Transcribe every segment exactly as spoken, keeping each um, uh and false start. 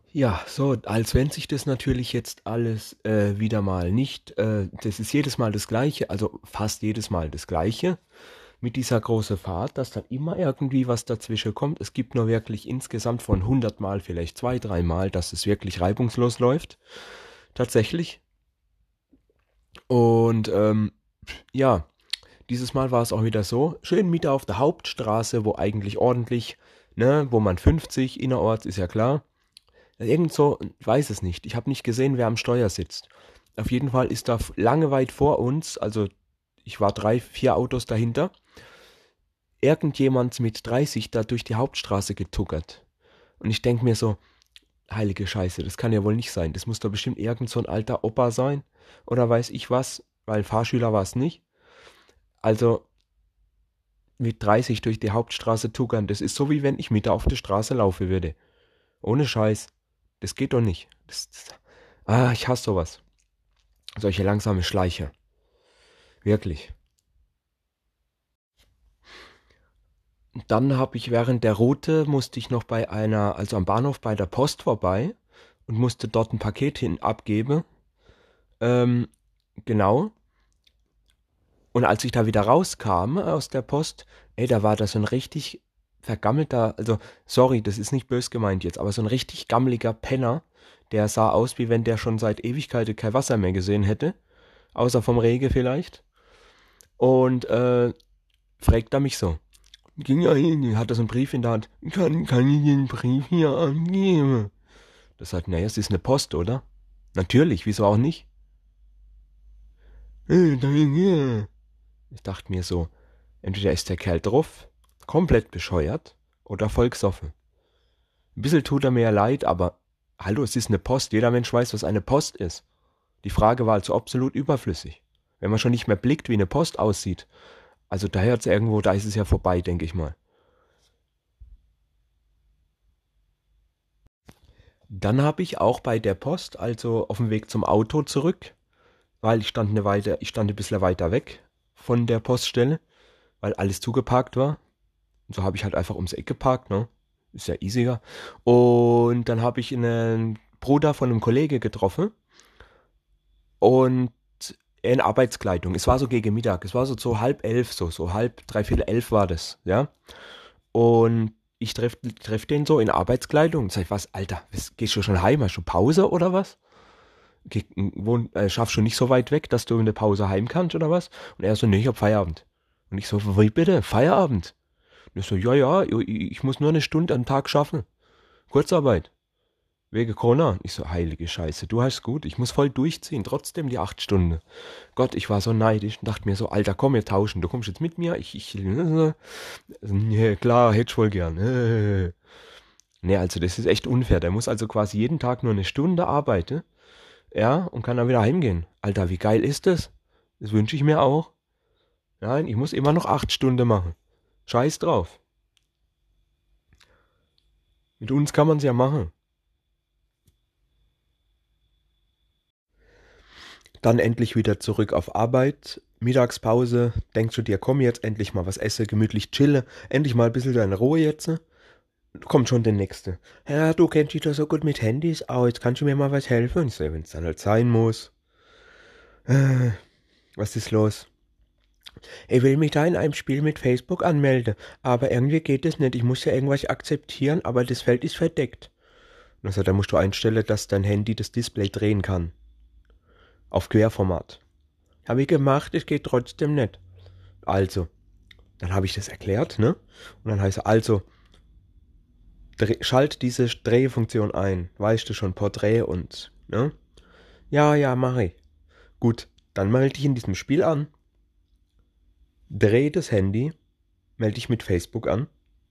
Ja, so, als wenn sich das natürlich jetzt alles äh, wieder mal nicht, äh, das ist jedes Mal das Gleiche, also fast jedes Mal das Gleiche mit dieser großen Fahrt, dass dann immer irgendwie was dazwischen kommt. Es gibt nur wirklich insgesamt von hundert Mal vielleicht zwei, drei Mal, dass es wirklich reibungslos läuft, tatsächlich. Und ähm, ja, dieses Mal war es auch wieder so, schön Mitte auf der Hauptstraße, wo eigentlich ordentlich, ne, wo man fünfzig innerorts, ist ja klar. Irgend so, ich weiß es nicht. Ich habe nicht gesehen, wer am Steuer sitzt. Auf jeden Fall ist da f- lange weit vor uns, also ich war drei, vier Autos dahinter, irgendjemand mit dreißig da durch die Hauptstraße getuckert. Und ich denke mir so, heilige Scheiße, das kann ja wohl nicht sein. Das muss doch bestimmt irgend so ein alter Opa sein. Oder weiß ich was, weil Fahrschüler war es nicht. Also mit dreißig durch die Hauptstraße tuckern, das ist so wie wenn ich Mitte auf der Straße laufen würde. Ohne Scheiß. Das geht doch nicht. Das, das, ah, ich hasse sowas. Solche langsame Schleicher. Wirklich. Dann habe ich während der Route, musste ich noch bei einer, also am Bahnhof bei der Post vorbei und musste dort ein Paket hin abgeben. Ähm, genau. Und als ich da wieder rauskam aus der Post, ey, da war das so ein richtig vergammelter, also sorry, das ist nicht bös gemeint jetzt, aber so ein richtig gammeliger Penner, der sah aus, wie wenn der schon seit Ewigkeiten kein Wasser mehr gesehen hätte, außer vom Regen vielleicht. Und äh, fragt er mich so, ging ja hin, hat er so einen Brief in der Hand, kann, kann ich den Brief hier angeben? Das sagt, naja, es ist eine Post, oder? Natürlich, wieso auch nicht? Äh, danke. Ich dachte mir so, entweder ist der Kerl drauf, komplett bescheuert, oder voll gesoffen. Ein bisschen tut er mir ja leid, aber hallo, es ist eine Post. Jeder Mensch weiß, was eine Post ist. Die Frage war also absolut überflüssig. Wenn man schon nicht mehr blickt, wie eine Post aussieht. Also da hört es irgendwo, da ist es ja vorbei, denke ich mal. Dann habe ich auch bei der Post, also auf dem Weg zum Auto zurück, weil ich stand eine Weile, ich stand ein bisschen weiter weg von der Poststelle, weil alles zugeparkt war. Und so habe ich halt einfach ums Eck geparkt, ne? Ist ja easier. Und dann habe ich einen Bruder von einem Kollege getroffen und in Arbeitskleidung. Es war so gegen Mittag. Es war so, so halb elf, so, so halb, dreiviertel elf war das, ja. Und ich treff, treff den so in Arbeitskleidung. Sag ich, was, Alter, was, gehst du schon heim? Hast du Pause oder was? Geh, wohn, äh, schaffst du nicht so weit weg, dass du in der Pause heim kannst oder was? Und er so, nee, ich hab Feierabend. Und ich so, wie bitte? Feierabend? Und ich so, ja, ja, ich muss nur eine Stunde am Tag schaffen. Kurzarbeit. Wegen Corona. Ich so, heilige Scheiße, du hast gut. Ich muss voll durchziehen, trotzdem die acht Stunden. Gott, ich war so neidisch und dachte mir so, Alter, komm, wir tauschen. Du kommst jetzt mit mir. Ich, ich, nee, klar, hätte ich voll gern. Nee, also das ist echt unfair. Der muss also quasi jeden Tag nur eine Stunde arbeiten, ja, und kann dann wieder heimgehen. Alter, wie geil ist das? Das wünsche ich mir auch. Nein, ich muss immer noch acht Stunden machen. Scheiß drauf. Mit uns kann man es ja machen. Dann endlich wieder zurück auf Arbeit. Mittagspause. Denkst du dir, komm jetzt endlich mal was esse, gemütlich chille. Endlich mal ein bisschen deine Ruhe jetzt. Kommt schon der Nächste. Ja, du kennst dich doch so gut mit Handys aus. Jetzt kannst du mir mal was helfen. Ich so, wenn es dann halt sein muss. Äh, was ist los? Ich will mich da in einem Spiel mit Facebook anmelden. Aber irgendwie geht es nicht. Ich muss ja irgendwas akzeptieren, aber das Feld ist verdeckt. Also da musst du einstellen, dass dein Handy das Display drehen kann. Auf Querformat. Habe ich gemacht, es geht trotzdem nicht. Also, dann habe ich das erklärt, ne? Und dann heißt es, also, dreh, schalt diese Drehfunktion ein. Weißt du schon, Porträt und, ne? Ja, ja, mache ich. Gut, dann melde dich in diesem Spiel an, dreh das Handy, melde dich mit Facebook an,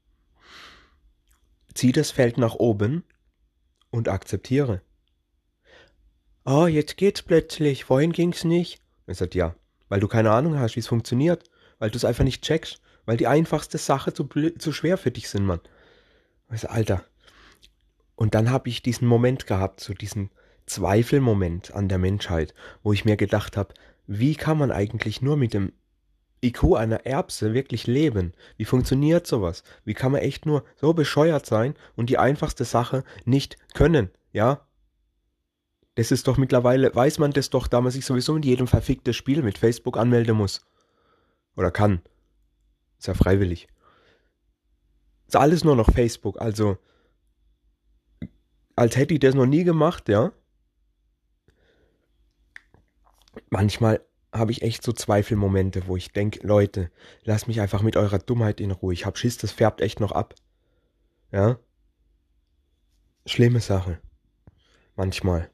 zieh das Feld nach oben und akzeptiere. Oh, jetzt geht's plötzlich. Vorhin ging's nicht. Er sagt, ja, weil du keine Ahnung hast, wie es funktioniert. Weil du es einfach nicht checkst. Weil die einfachste Sache zu, zu schwer für dich sind, Mann. Ich sag, Alter. Und dann habe ich diesen Moment gehabt, so diesen Zweifelmoment an der Menschheit, wo ich mir gedacht habe, wie kann man eigentlich nur mit dem I Q einer Erbse wirklich leben? Wie funktioniert sowas? Wie kann man echt nur so bescheuert sein und die einfachste Sache nicht können? Ja, das ist doch mittlerweile, weiß man das doch, da man sich sowieso in jedem verfickten Spiel mit Facebook anmelden muss. Oder kann. Ist ja freiwillig. Ist alles nur noch Facebook, also als hätte ich das noch nie gemacht, ja. Manchmal habe ich echt so Zweifelmomente, wo ich denke, Leute, lasst mich einfach mit eurer Dummheit in Ruhe. Ich hab Schiss, das färbt echt noch ab. Ja? Schlimme Sache. Manchmal.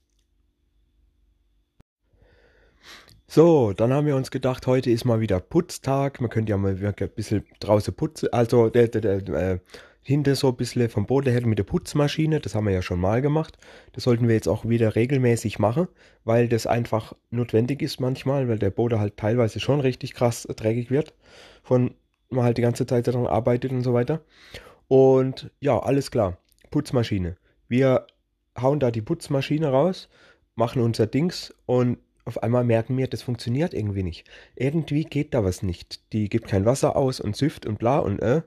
So, dann haben wir uns gedacht, heute ist mal wieder Putztag. Man könnte ja mal wirklich ein bisschen draußen putzen. Also, der, der, der, äh, hinter so ein bisschen vom Boden her mit der Putzmaschine. Das haben wir ja schon mal gemacht. Das sollten wir jetzt auch wieder regelmäßig machen, weil das einfach notwendig ist manchmal, weil der Boden halt teilweise schon richtig krass dreckig wird. Von man halt die ganze Zeit daran arbeitet und so weiter. Und ja, alles klar. Putzmaschine. Wir hauen da die Putzmaschine raus, machen unser Dings und auf einmal merken wir, das funktioniert irgendwie nicht. Irgendwie geht da was nicht. Die gibt kein Wasser aus und süfft und bla und äh.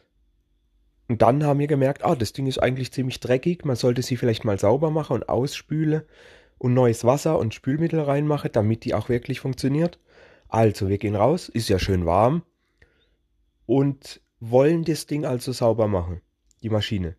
Und dann haben wir gemerkt, ah, das Ding ist eigentlich ziemlich dreckig, man sollte sie vielleicht mal sauber machen und ausspülen und neues Wasser und Spülmittel reinmachen, damit die auch wirklich funktioniert. Also, wir gehen raus, ist ja schön warm und wollen das Ding also sauber machen, die Maschine.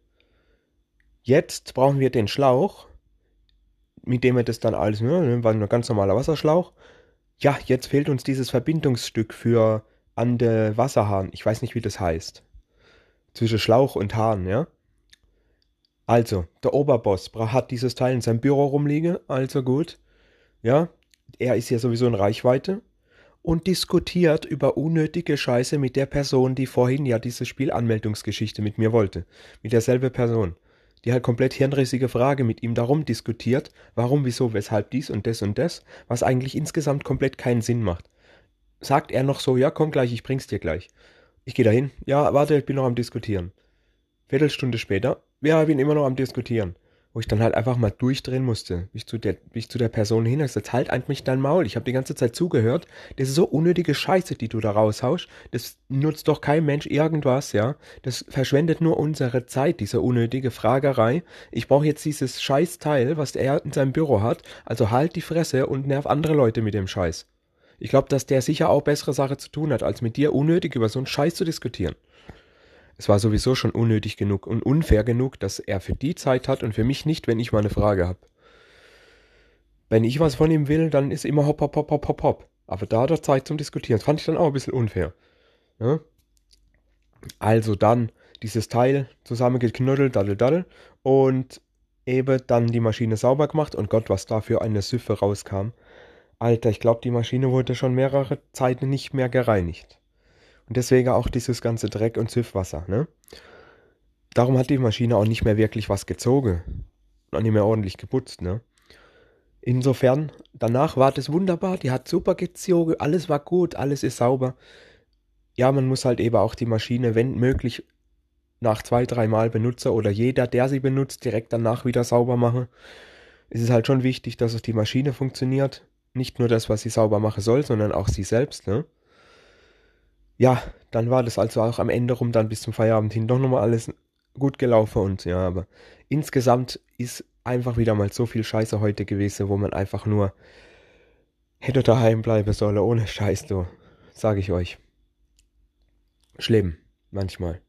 Jetzt brauchen wir den Schlauch, mit dem wir das dann alles, ne, war ein ganz normaler Wasserschlauch. Ja, jetzt fehlt uns dieses Verbindungsstück für an der Wasserhahn. Ich weiß nicht, wie das heißt. Zwischen Schlauch und Hahn, ja. Also, der Oberboss hat dieses Teil in seinem Büro rumliegen, also gut. Ja, er ist ja sowieso in Reichweite und diskutiert über unnötige Scheiße mit der Person, die vorhin ja diese Spielanmeldungsgeschichte mit mir wollte. Mit derselben Person. Die halt komplett hirnrissige Frage mit ihm darum diskutiert, warum, wieso, weshalb dies und das und das, was eigentlich insgesamt komplett keinen Sinn macht. Sagt er noch so, ja komm gleich, ich bring's dir gleich. Ich gehe dahin, ja warte, ich bin noch am Diskutieren. Viertelstunde später, ja, ich bin immer noch am Diskutieren. Wo ich dann halt einfach mal durchdrehen musste. Wie ich zu der, wie ich zu der Person hin habe gesagt, halt einfach dein Maul. Ich habe die ganze Zeit zugehört. Das ist so unnötige Scheiße, die du da raushaust. Das nutzt doch kein Mensch irgendwas, ja. Das verschwendet nur unsere Zeit, diese unnötige Fragerei. Ich brauche jetzt dieses Scheißteil, was er in seinem Büro hat. Also halt die Fresse und nerv andere Leute mit dem Scheiß. Ich glaube, dass der sicher auch bessere Sache zu tun hat, als mit dir unnötig über so einen Scheiß zu diskutieren. Es war sowieso schon unnötig genug und unfair genug, dass er für die Zeit hat und für mich nicht, wenn ich mal eine Frage habe. Wenn ich was von ihm will, dann ist immer hopp, hopp, hopp, hopp, hopp, hopp. Aber da hat er Zeit zum Diskutieren. Das fand ich dann auch ein bisschen unfair. Ja? Also dann dieses Teil zusammengeknuddelt, daddel, daddel. Und eben dann die Maschine sauber gemacht. Und Gott, was da für eine Süffe rauskam. Alter, ich glaube, die Maschine wurde schon mehrere Zeiten nicht mehr gereinigt. Und deswegen auch dieses ganze Dreck- und Süffwasser, ne? Darum hat die Maschine auch nicht mehr wirklich was gezogen. Und nicht mehr ordentlich geputzt, ne? Insofern, danach war das wunderbar, die hat super gezogen, alles war gut, alles ist sauber. Ja, man muss halt eben auch die Maschine, wenn möglich, nach zwei, dreimal benutzen oder jeder, der sie benutzt, direkt danach wieder sauber machen. Es ist halt schon wichtig, dass auch die Maschine funktioniert. Nicht nur das, was sie sauber machen soll, sondern auch sie selbst, ne? Ja, dann war das also auch am Ende rum, dann bis zum Feierabend hin doch nochmal alles gut gelaufen und ja, aber insgesamt ist einfach wieder mal so viel Scheiße heute gewesen, wo man einfach nur hätte daheim bleiben sollen, ohne Scheiß, du, sage ich euch. Schlimm, manchmal.